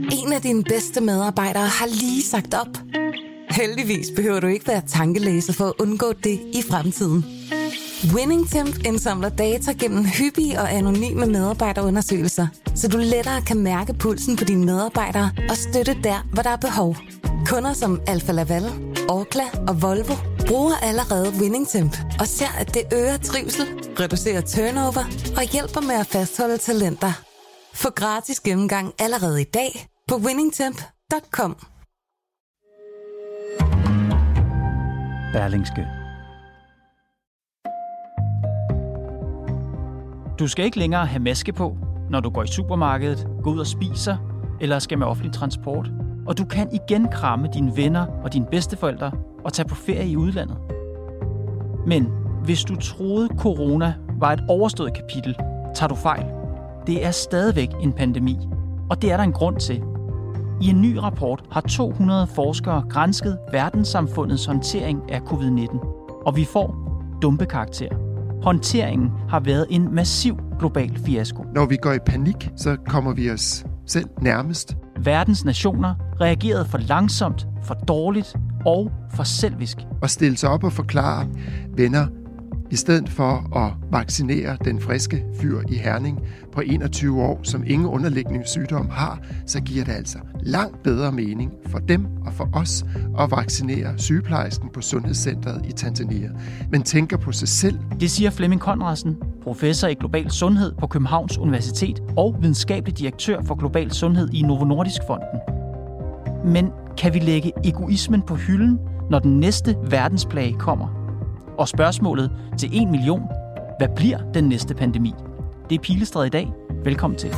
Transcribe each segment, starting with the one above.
En af dine bedste medarbejdere har lige sagt op. Heldigvis behøver du ikke være tankelæser for at undgå det i fremtiden. WinningTemp indsamler data gennem hyppige og anonyme medarbejderundersøgelser, så du lettere kan mærke pulsen på dine medarbejdere og støtte der, hvor der er behov. Kunder som Alfa Laval, Orkla og Volvo bruger allerede WinningTemp og ser, at det øger trivsel, reducerer turnover og hjælper med at fastholde talenter. Få gratis gennemgang allerede i dag på winningtemp.com. Berlingske. Du skal ikke længere have maske på, når du går i supermarkedet, går ud og spiser eller skal med offentlig transport. Og du kan igen kramme dine venner og dine bedsteforældre og tage på ferie i udlandet. Men hvis du troede, corona var et overstået kapitel, tager du fejl. Det er stadigvæk en pandemi, og det er der en grund til. I en ny rapport har 200 forskere gransket verdenssamfundets håndtering af covid-19, og vi får dumpekarakter. Håndteringen har været en massiv global fiasko. Når vi går i panik, så kommer vi os selv nærmest. Verdens nationer reagerede for langsomt, for dårligt og for selvisk. Og stille sig op og forklare, venner, i stedet for at vaccinere den friske fyr i Herning på 21 år, som ingen underliggende sygdom har, så giver det altså langt bedre mening for dem og for os at vaccinere sygeplejersken på Sundhedscentret i Tanzania. Men tænker på sig selv. Det siger Flemming Conradsen, professor i global sundhed på Københavns Universitet og videnskabelig direktør for global sundhed i Novo Nordisk Fonden. Men kan vi lægge egoismen på hylden, når den næste verdensplage kommer? Og spørgsmålet til 1 million, hvad bliver den næste pandemi? Det er Pilestræde i dag. Velkommen til.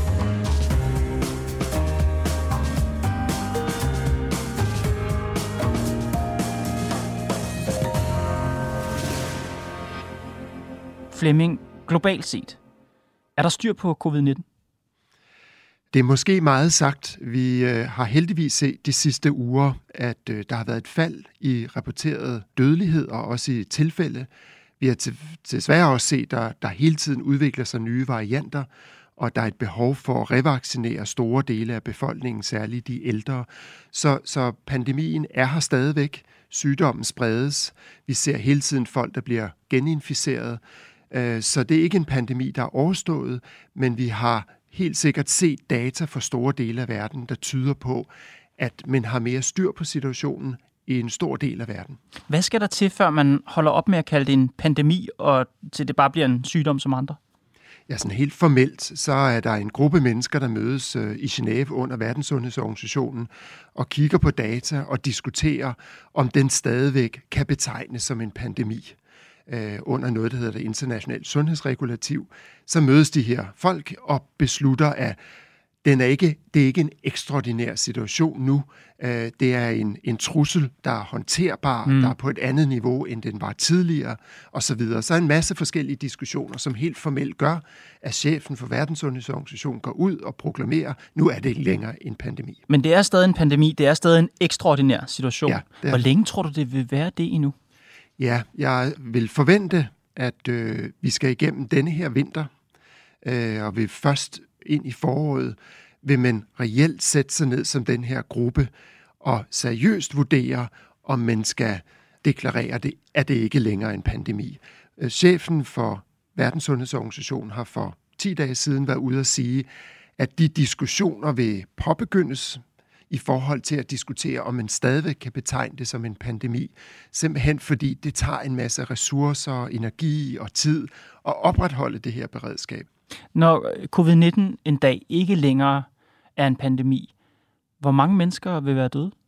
Flemming, globalt set, er der styr på covid-19? Det er måske meget sagt. Vi har heldigvis set de sidste uger, at der har været et fald i rapporteret dødelighed og også i tilfælde. Vi har desværre også set, at der hele tiden udvikler sig nye varianter, og der er et behov for at revaccinere store dele af befolkningen, særligt de ældre. Så pandemien er her stadigvæk. Sygdommen spredes. Vi ser hele tiden folk, der bliver geninficeret. Så det er ikke en pandemi, der er overstået, men vi har helt sikkert set data fra store dele af verden, der tyder på, at man har mere styr på situationen i en stor del af verden. Hvad skal der til, før man holder op med at kalde det en pandemi, og til det bare bliver en sygdom som andre? Ja, sådan helt formelt, så er der en gruppe mennesker, der mødes i Genève under Verdenssundhedsorganisationen og kigger på data og diskuterer, om den stadigvæk kan betegnes som en pandemi. Under noget, der hedder det internationale sundhedsregulativ, så mødes de her folk og beslutter, at det er ikke en ekstraordinær situation nu. Det er en trussel, der er håndterbar, der er på et andet niveau, end den var tidligere, osv. Så er en masse forskellige diskussioner, som helt formelt gør, at chefen for Verdenssundhedsorganisationen går ud og proklamerer, nu er det ikke længere en pandemi. Men det er stadig en pandemi, det er stadig en ekstraordinær situation. Ja, hvor længe tror du, det vil være det endnu? Ja, jeg vil forvente, at vi skal igennem denne her vinter, og vil først ind i foråret, vil man reelt sætte sig ned som den her gruppe og seriøst vurdere, om man skal deklarere det, at det ikke længere er en pandemi. Chefen for Verdenssundhedsorganisationen har for 10 dage siden været ude at sige, at de diskussioner vil påbegyndes i forhold til at diskutere, om man stadig kan betegne det som en pandemi. Simpelthen fordi det tager en masse ressourcer, energi og tid at opretholde det her beredskab. Når covid-19 en dag ikke længere er en pandemi, hvor mange mennesker vil være døde?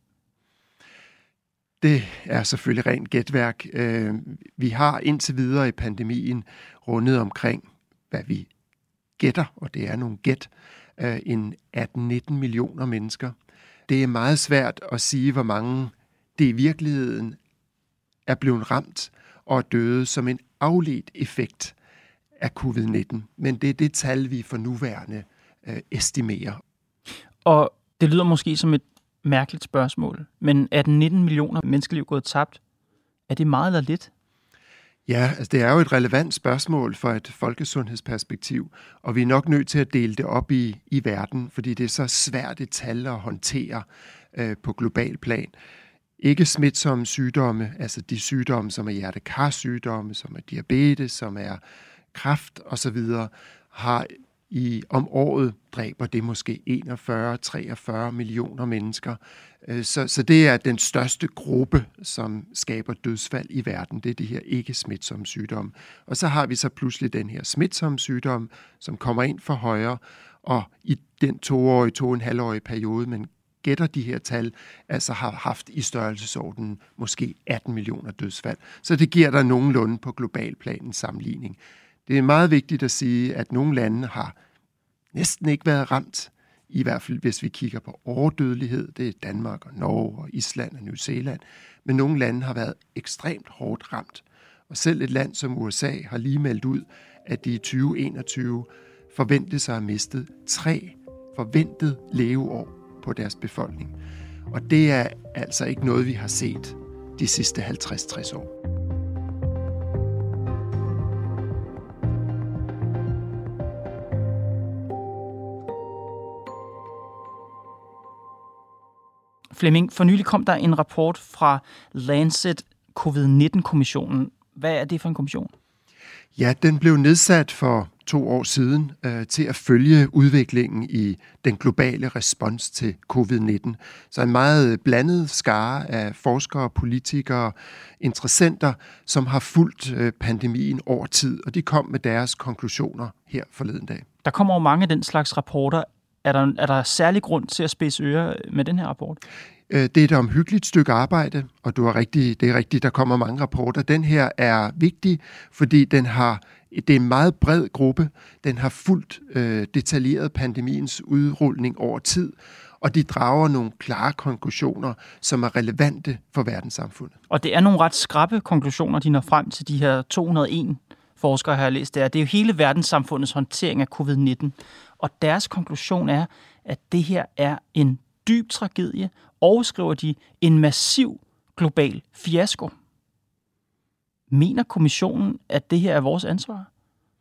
Det er selvfølgelig rent gætværk. Vi har indtil videre i pandemien rundet omkring, hvad vi gætter, og det er nogle gæt, en 18-19 millioner mennesker. Det er meget svært at sige, hvor mange det i virkeligheden er blevet ramt og døde som en afledt effekt af covid-19. Men det er det tal, vi for nuværende estimerer. Og det lyder måske som et mærkeligt spørgsmål, men er den 19 millioner menneskeliv gået tabt? Er det meget eller lidt? Ja, altså det er jo et relevant spørgsmål for et folkesundhedsperspektiv, og vi er nok nødt til at dele det op i verden, fordi det er så svært et tal at håndtere på global plan. Ikke smitsomme sygdomme, altså de sygdomme, som er hjertekarsygdomme, som er diabetes, som er kræft osv., har om året dræber det måske 41-43 millioner mennesker. Så det er den største gruppe, som skaber dødsfald i verden. Det er de her ikke-smitsomme sygdomme. Og så har vi så pludselig den her smitsomme sygdom, som kommer ind for højre, og i den 2,5-årige periode, man gætter de her tal, altså har haft i størrelsesordenen måske 18 millioner dødsfald. Så det giver der nogenlunde på global plan en sammenligning. Det er meget vigtigt at sige, at nogle lande har næsten ikke været ramt, i hvert fald hvis vi kigger på overdødelighed. Det er Danmark og Norge og Island og New Zealand. Men nogle lande har været ekstremt hårdt ramt. Og selv et land som USA har lige meldt ud, at de i 2021 forventes at have mistet 3 forventede leveår på deres befolkning. Og det er altså ikke noget, vi har set de sidste 50-60 år. Flemming, for nylig kom der en rapport fra Lancet COVID-19-kommissionen. Hvad er det for en kommission? Ja, den blev nedsat for 2 år siden til at følge udviklingen i den globale respons til covid-19. Så en meget blandet skare af forskere, politikere, interessenter, som har fulgt pandemien over tid, og de kom med deres konklusioner her forleden dag. Der kommer jo mange af den slags rapporter. Er der særlig grund til at spidse ører med den her rapport? Det er et omhyggeligt stykke arbejde, og det er rigtigt, der kommer mange rapporter. Den her er vigtig, fordi det er en meget bred gruppe. Den har fulgt detaljeret pandemiens udrulning over tid, og de drager nogle klare konklusioner, som er relevante for verdenssamfundet. Og det er nogle ret skrappe konklusioner, de når frem til de her 201 forskere, har jeg læst. Det er jo hele verdenssamfundets håndtering af covid-19. Og deres konklusion er, at det her er en dyb tragedie, og skriver de, en massiv global fiasko. Mener kommissionen, at det her er vores ansvar?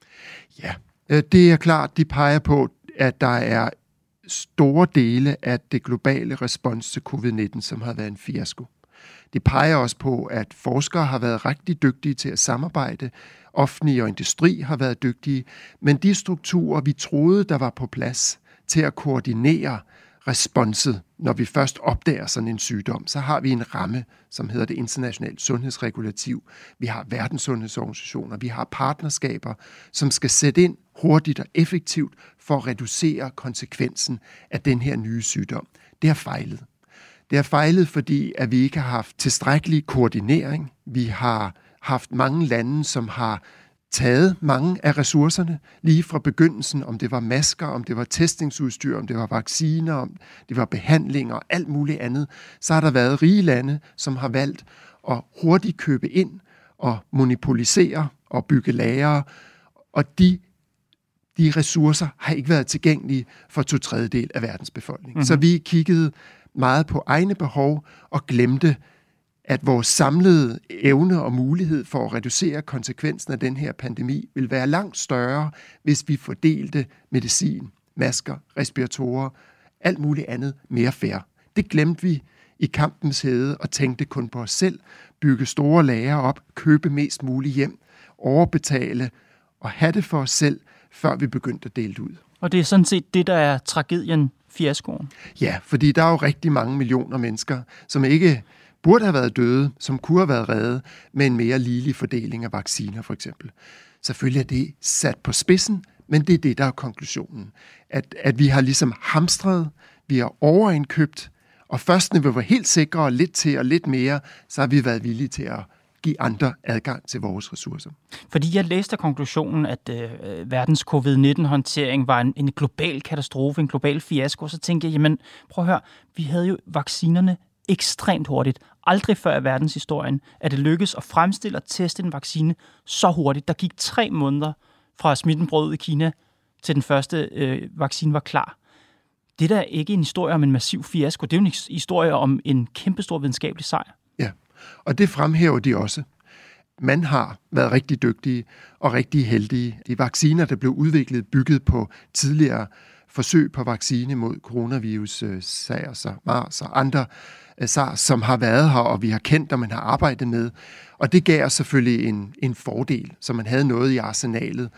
Ja, det er klart, de peger på, at der er store dele af det globale respons til covid-19, som har været en fiasko. Det peger også på, at forskere har været rigtig dygtige til at samarbejde, offentlige og industri har været dygtige, men de strukturer, vi troede, der var på plads til at koordinere responset, når vi først opdager sådan en sygdom, så har vi en ramme, som hedder det internationale sundhedsregulativ. Vi har verdenssundhedsorganisationer, vi har partnerskaber, som skal sætte ind hurtigt og effektivt for at reducere konsekvensen af den her nye sygdom. Det har fejlet. Det har fejlet, fordi at vi ikke har haft tilstrækkelig koordinering. Vi har haft mange lande, som har taget mange af ressourcerne lige fra begyndelsen, om det var masker, om det var testingsudstyr, om det var vacciner, om det var behandlinger og alt muligt andet. Så har der været rige lande, som har valgt at hurtigt købe ind og monopolisere og bygge lagre, og de ressourcer har ikke været tilgængelige for 2/3 af verdens befolkning. Mm-hmm. Så vi kiggede meget på egne behov og glemte, at vores samlede evne og mulighed for at reducere konsekvensen af den her pandemi vil være langt større, hvis vi fordelte medicin, masker, respiratorer, alt muligt andet mere fair. Det glemte vi i kampens hede og tænkte kun på os selv, bygge store lagre op, købe mest muligt hjem, overbetale og have det for os selv, før vi begyndte at dele det ud. Og det er sådan set det, der er tragedien, fiaskoen? Ja, fordi der er jo rigtig mange millioner mennesker, som ikke burde have været døde, som kunne have været reddet med en mere ligelig fordeling af vacciner for eksempel. Selvfølgelig er det sat på spidsen, men det er det, der er konklusionen. At vi har ligesom hamstret, vi har overindkøbt, og først når vi var helt sikre og lidt til og lidt mere, så har vi været villige til at give andre adgang til vores ressourcer. Fordi jeg læste konklusionen, at verdens covid-19-håndtering var en global katastrofe, en global fiasko, så tænkte jeg, jamen prøv at høre, vi havde jo vaccinerne ekstremt hurtigt. Aldrig før i verdenshistorien er det lykkedes at fremstille og teste en vaccine så hurtigt. Der gik 3 måneder fra smitten brød ud i Kina, til den første vaccine var klar. Det der er ikke en historie om en massiv fiasko, det er jo en historie om en kæmpestor videnskabelig sejr. Ja, og det fremhæver de også, man har været rigtig dygtige og rigtig heldige. De vacciner, der blev udviklet, bygget på tidligere forsøg på vaccine mod coronavirus, SARS og MARS og andre SARS, som har været her, og vi har kendt, og man har arbejdet med. Og det gav selvfølgelig en fordel, så man havde noget i arsenalet.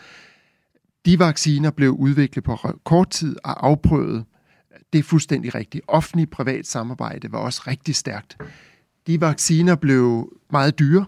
De vacciner blev udviklet på kort tid og afprøvet. Det er fuldstændig rigtigt. Offentlig-privat samarbejde var også rigtig stærkt. De vacciner blev meget dyre,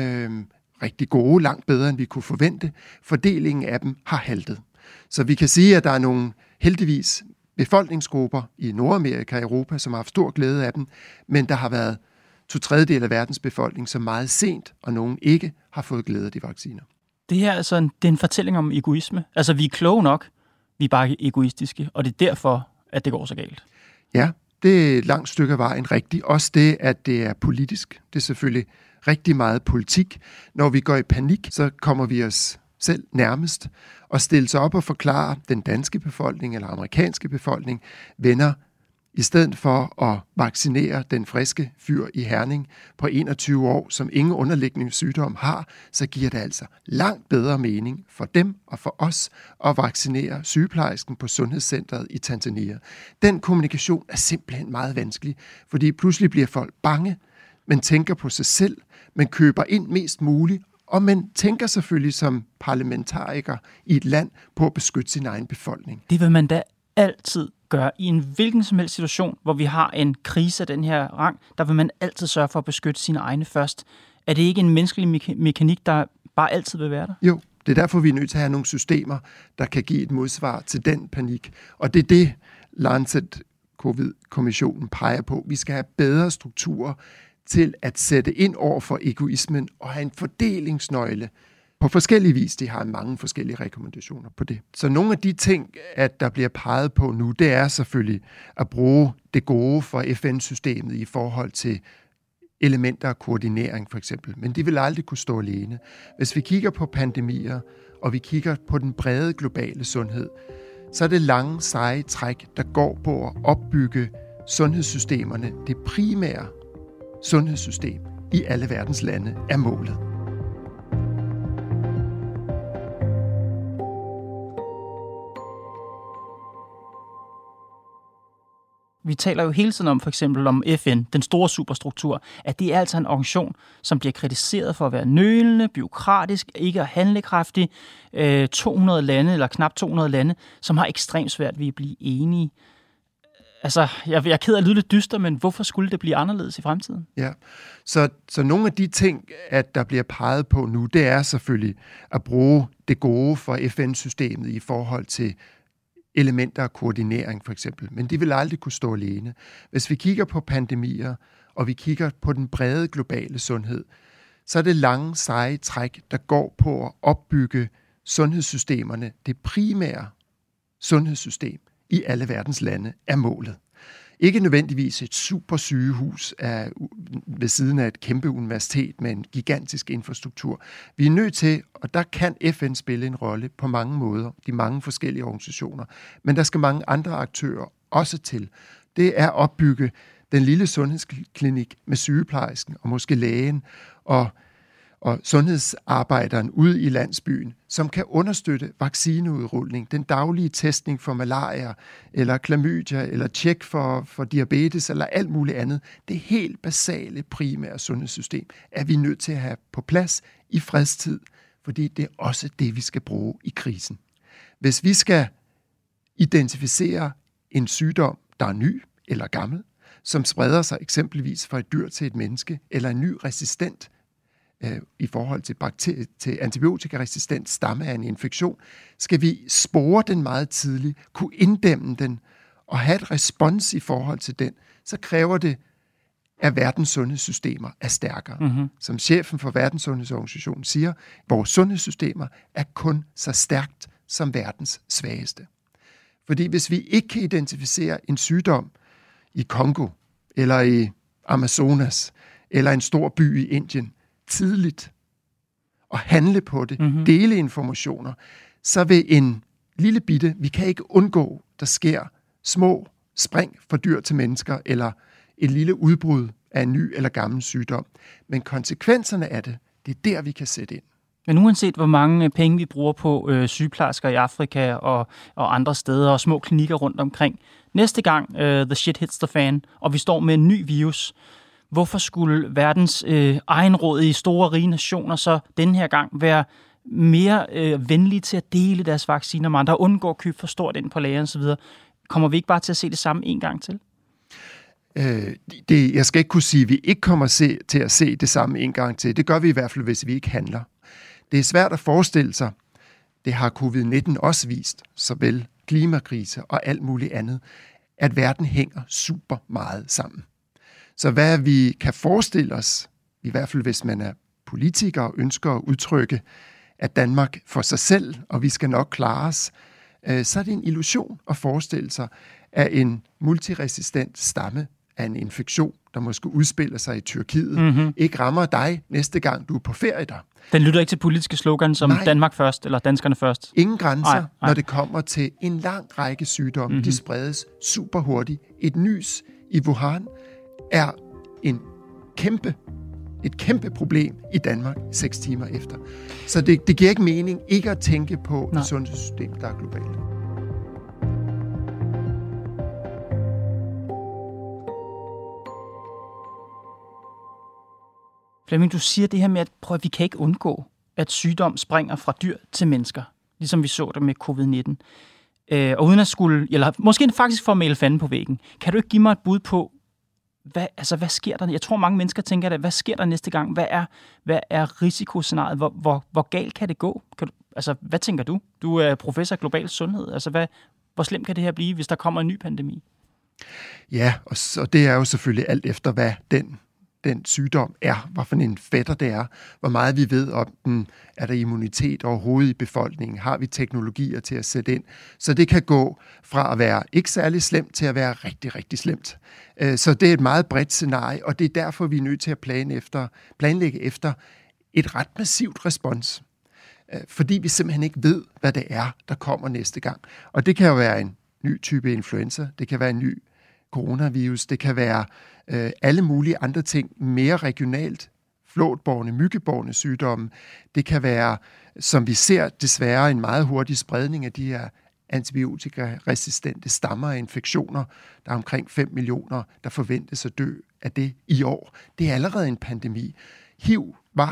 rigtig gode, langt bedre, end vi kunne forvente. Fordelingen af dem har haltet. Så vi kan sige, at der er nogle heldigvis befolkningsgrupper i Nordamerika og Europa, som har haft stor glæde af dem, men der har været 2/3 af verdens befolkning, som meget sent, og nogen ikke, har fået glæde af de vacciner. Det her det er en fortælling om egoisme. Altså, vi er kloge nok, vi er bare egoistiske, og det er derfor, at det går så galt. Ja, det er et langt stykke af vejen rigtigt. Også det, at det er politisk. Det er selvfølgelig rigtig meget politik. Når vi går i panik, så kommer vi os selv nærmest og stille sig op og forklare den danske befolkning eller amerikanske befolkning, venner, i stedet for at vaccinere den friske fyr i Herning på 21 år, som ingen underliggende sygdom har, så giver det altså langt bedre mening for dem og for os at vaccinere sygeplejersken på Sundhedscentret i Tanzania. Den kommunikation er simpelthen meget vanskelig, fordi pludselig bliver folk bange, man tænker på sig selv, man køber ind mest muligt, og man tænker selvfølgelig som parlamentariker i et land på at beskytte sin egen befolkning. Det vil man da altid gøre i en hvilken som helst situation, hvor vi har en krise af den her rang. Der vil man altid sørge for at beskytte sine egne først. Er det ikke en menneskelig mekanik, der bare altid vil være der? Jo, det er derfor, vi er nødt til at have nogle systemer, der kan give et modsvar til den panik. Og det er det, Lancet Covid-kommissionen peger på. Vi skal have bedre strukturer til at sætte ind over for egoismen og have en fordelingsnøgle på forskellige vis. De har mange forskellige rekommendationer på det. Så nogle af de ting, at der bliver peget på nu, det er selvfølgelig at bruge det gode for FN-systemet i forhold til elementer af koordinering for eksempel. Men de vil aldrig kunne stå alene. Hvis vi kigger på pandemier, og vi kigger på den brede globale sundhed, så er det lange, seje træk, der går på at opbygge sundhedssystemerne. Det primære sundhedssystem i alle verdens lande er målet. Vi taler jo hele tiden om, for eksempel om FN, den store superstruktur, at det er altså en organisation, som bliver kritiseret for at være nølende, bureaukratisk, ikke handlekraftig. 200 lande, eller knap 200 lande, som har ekstremt svært ved at blive enige. Altså, jeg er ked af at lyde lidt dyster, men hvorfor skulle det blive anderledes i fremtiden? Ja, så nogle af de ting, at der bliver peget på nu, det er selvfølgelig at bruge det gode for FN-systemet i forhold til elementer af koordinering for eksempel. Men de vil aldrig kunne stå alene. Hvis vi kigger på pandemier, og vi kigger på den brede globale sundhed, så er det lange, seje træk, der går på at opbygge sundhedssystemerne. Det primære sundhedssystem i alle verdens lande er målet. Ikke nødvendigvis et super sygehus ved siden af et kæmpe universitet med en gigantisk infrastruktur. Vi er nødt til, og der kan FN spille en rolle på mange måder, de mange forskellige organisationer, men der skal mange andre aktører også til. Det er at opbygge den lille sundhedsklinik med sygeplejersken og måske lægen og sundhedsarbejderen ude i landsbyen, som kan understøtte vaccineudrulning, den daglige testning for malaria, eller klamydia, eller tjek for diabetes, eller alt muligt andet. Det helt basale, primære sundhedssystem er vi nødt til at have på plads i fredstid, fordi det er også det, vi skal bruge i krisen. Hvis vi skal identificere en sygdom, der er ny eller gammel, som spreder sig eksempelvis fra et dyr til et menneske, eller en ny resistent i forhold til antibiotikaresistent stamme af en infektion, skal vi spore den meget tidligt, kunne inddæmme den og have et respons i forhold til den, så kræver det, at verdens sundhedssystemer er stærkere. Mm-hmm. Som chefen for Verdenssundhedsorganisationen siger, vores sundhedssystemer er kun så stærkt som verdens svageste. Fordi hvis vi ikke kan identificere en sygdom i Kongo, eller i Amazonas, eller en stor by i Indien, tidligt og handle på det, dele informationer, så vil en lille bitte, vi kan ikke undgå, der sker små spring fra dyr til mennesker, eller et lille udbrud af en ny eller gammel sygdom. Men konsekvenserne af det, Det er der, vi kan sætte ind. Men uanset hvor mange penge vi bruger på sygeplejersker i Afrika og andre steder og små klinikker rundt omkring, næste gang the shit hits the fan, og vi står med en ny virus, hvorfor skulle verdens egenrådige store rige nationer så denne her gang være mere venlige til at dele deres vacciner med andre, undgå at købe for stort ind på lageret osv.? Kommer vi ikke bare til at se det samme en gang til? Jeg skal ikke kunne sige, at vi ikke kommer til at se det samme en gang til. Det gør vi i hvert fald, hvis vi ikke handler. Det er svært at forestille sig, det har covid-19 også vist, såvel klimakrise og alt muligt andet, at verden hænger super meget sammen. Så hvad vi kan forestille os, i hvert fald hvis man er politiker og ønsker at udtrykke, at Danmark for sig selv, og vi skal nok klare os, så er det en illusion at forestille sig, at en multiresistent stamme af en infektion, der måske udspiller sig i Tyrkiet, ikke rammer dig næste gang, du er på ferie der. Den lytter ikke til politiske slogan som Danmark først, eller danskerne først? Ingen grænser, nej. Når det kommer til en lang række sygdomme. De spredes super hurtigt. Et nys i Wuhan er et kæmpe problem i Danmark 6 timer efter. Så det giver ikke mening ikke at tænke på et sundhedssystem, der er globalt. Flemming, du siger det her med, at vi kan ikke undgå, at sygdom springer fra dyr til mennesker, ligesom vi så det med covid-19. Og uden at skulle, eller måske faktisk for at male fanden på væggen, kan du ikke give mig et bud på, hvad sker der? Jeg tror, mange mennesker tænker, hvad sker der næste gang? Hvad er risikoscenariet? Hvor galt kan det gå? Hvad tænker du? Du er professor i global sundhed. Hvor slemt kan det her blive, hvis der kommer en ny pandemi? Ja, og så det er jo selvfølgelig alt efter, hvad den sygdom er, hvad for en fætter det er, hvor meget vi ved om den, er der immunitet overhovedet i befolkningen, har vi teknologier til at sætte ind, så det kan gå fra at være ikke særlig slemt til at være rigtig, rigtig slemt. Så det er et meget bredt scenarie, og det er derfor, vi er nødt til at planlægge efter et ret massivt respons, fordi vi simpelthen ikke ved, hvad det er, der kommer næste gang. Og det kan jo være en ny type influenza, det kan være en ny coronavirus, det kan være alle mulige andre ting, mere regionalt, flåtbårne, myggebårne sygdomme. Det kan være, som vi ser desværre, en meget hurtig spredning af de her antibiotikaresistente stammer af infektioner. Der er omkring 5 millioner, der forventes at dø af det i år. Det er allerede en pandemi. HIV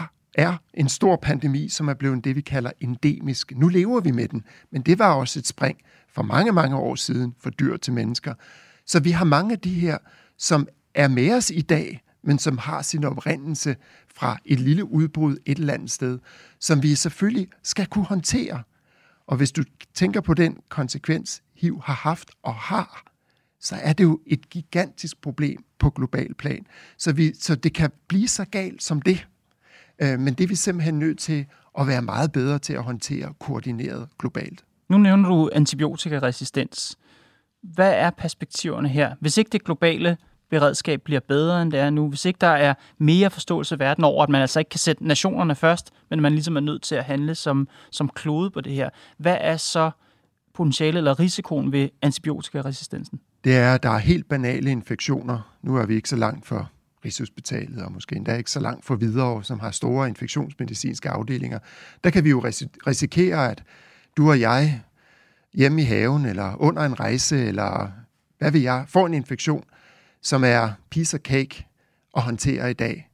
er en stor pandemi, som er blevet det, vi kalder endemisk. Nu lever vi med den, men det var også et spring for mange, mange år siden fra dyr til mennesker. Så vi har mange af de her, som er med os i dag, men som har sin oprindelse fra et lille udbrud et eller andet sted, som vi selvfølgelig skal kunne håndtere. Og hvis du tænker på den konsekvens, HIV har haft og har, så er det jo et gigantisk problem på global plan. Så det kan blive så galt som det. Men det er vi simpelthen nødt til at være meget bedre til at håndtere koordineret globalt. Nu nævner du antibiotikaresistens. Hvad er perspektiverne her? Hvis ikke det globale beredskab bliver bedre, end det er nu, hvis ikke der er mere forståelse verden over, at man altså ikke kan sætte nationerne først, men man ligesom er nødt til at handle som klode på det her. Hvad er så potentialet eller risikoen ved antibiotikaresistensen? Det er, at der er helt banale infektioner. Nu er vi ikke så langt for Rigshospitalet, og måske endda ikke så langt for Hvidovre, som har store infektionsmedicinske afdelinger. Der kan vi jo risikere, at du og jeg hjemme i haven, eller under en rejse, eller hvad ved jeg, får en infektion, som er piece of cake at håndtere i dag,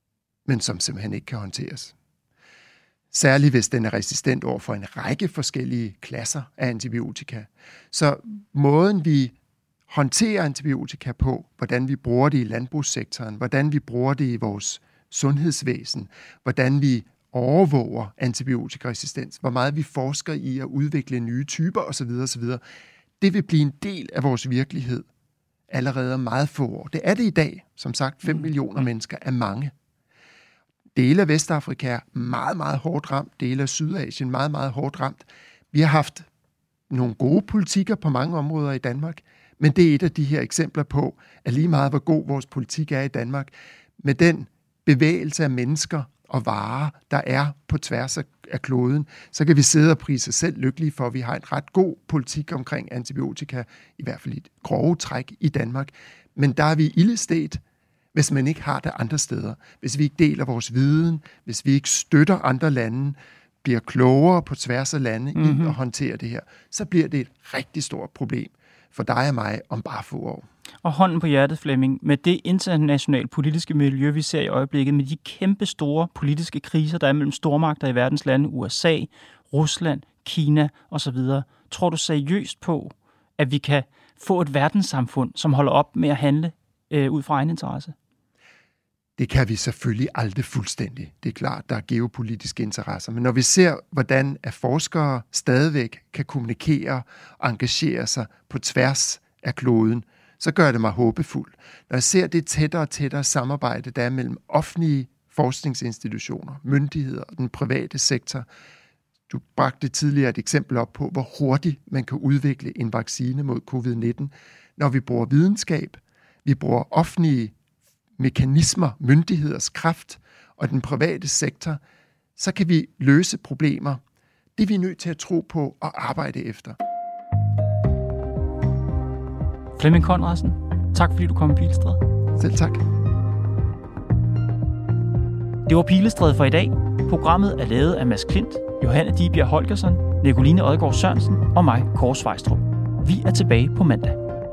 men som simpelthen ikke kan håndteres. Særligt hvis den er resistent over for en række forskellige klasser af antibiotika. Så måden vi håndterer antibiotika på, hvordan vi bruger det i landbrugssektoren, hvordan vi bruger det i vores sundhedsvæsen, hvordan vi overvåger antibiotikaresistens, hvor meget vi forsker i at udvikle nye typer osv. osv. Det vil blive en del af vores virkelighed allerede om meget få år. Det er det i dag. Som sagt, 5 millioner mennesker er mange. Dele af Vestafrika er meget, meget hårdt ramt. Dele af Sydasien meget, meget hårdt ramt. Vi har haft nogle gode politikker på mange områder i Danmark, men det er et af de her eksempler på, at lige meget hvor god vores politik er i Danmark, med den bevægelse af mennesker og varer, der er på tværs af kloden, så kan vi sidde og prise os selv lykkelige for, at vi har en ret god politik omkring antibiotika, i hvert fald i et grove træk i Danmark. Men der er vi ildestet, hvis man ikke har det andre steder. Hvis vi ikke deler vores viden, hvis vi ikke støtter andre lande, bliver klogere på tværs af lande i at håndtere det her, så bliver det et rigtig stort problem for dig og mig om bare få år. Og hånden på hjertet, Flemming, med det internationale politiske miljø, vi ser i øjeblikket, med de kæmpe store politiske kriser, der er mellem stormagter i verdens lande, USA, Rusland, Kina osv., tror du seriøst på, at vi kan få et verdenssamfund, som holder op med at handle ud fra egen interesse? Det kan vi selvfølgelig aldrig fuldstændig. Det er klart, der er geopolitiske interesser. Men når vi ser, hvordan at forskere stadigvæk kan kommunikere og engagere sig på tværs af kloden, så gør det mig håbefuld. Når jeg ser det tættere og tættere samarbejde, der er mellem offentlige forskningsinstitutioner, myndigheder og den private sektor. Du bragte tidligere et eksempel op på, hvor hurtigt man kan udvikle en vaccine mod covid-19. Når vi bruger videnskab, vi bruger offentlige mekanismer, myndigheders kraft og den private sektor, så kan vi løse problemer. Det er vi nødt til at tro på og arbejde efter. Flemming Conradsen, tak fordi du kom i Pilestræde. Selv tak. Det var Pilestræde for i dag. Programmet er lavet af Mads Klint, Johanne Dibjerg Holgersen, Nicoline Odgaard Sørensen og mig, Kåre Svejstrup. Vi er tilbage på mandag.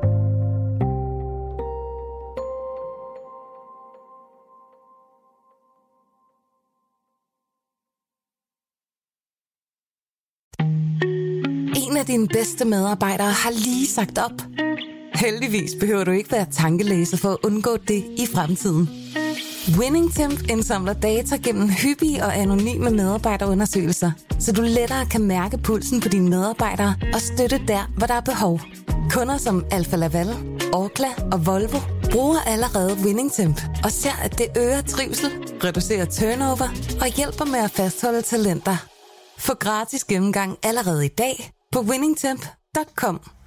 En af dine bedste medarbejdere har lige sagt op. Heldigvis behøver du ikke være tankelæser for at undgå det i fremtiden. WinningTemp indsamler data gennem hyppige og anonyme medarbejderundersøgelser, så du lettere kan mærke pulsen på dine medarbejdere og støtte der, hvor der er behov. Kunder som Alfa Laval, Orkla og Volvo bruger allerede WinningTemp og ser, at det øger trivsel, reducerer turnover og hjælper med at fastholde talenter. Få gratis gennemgang allerede i dag på winningtemp.com.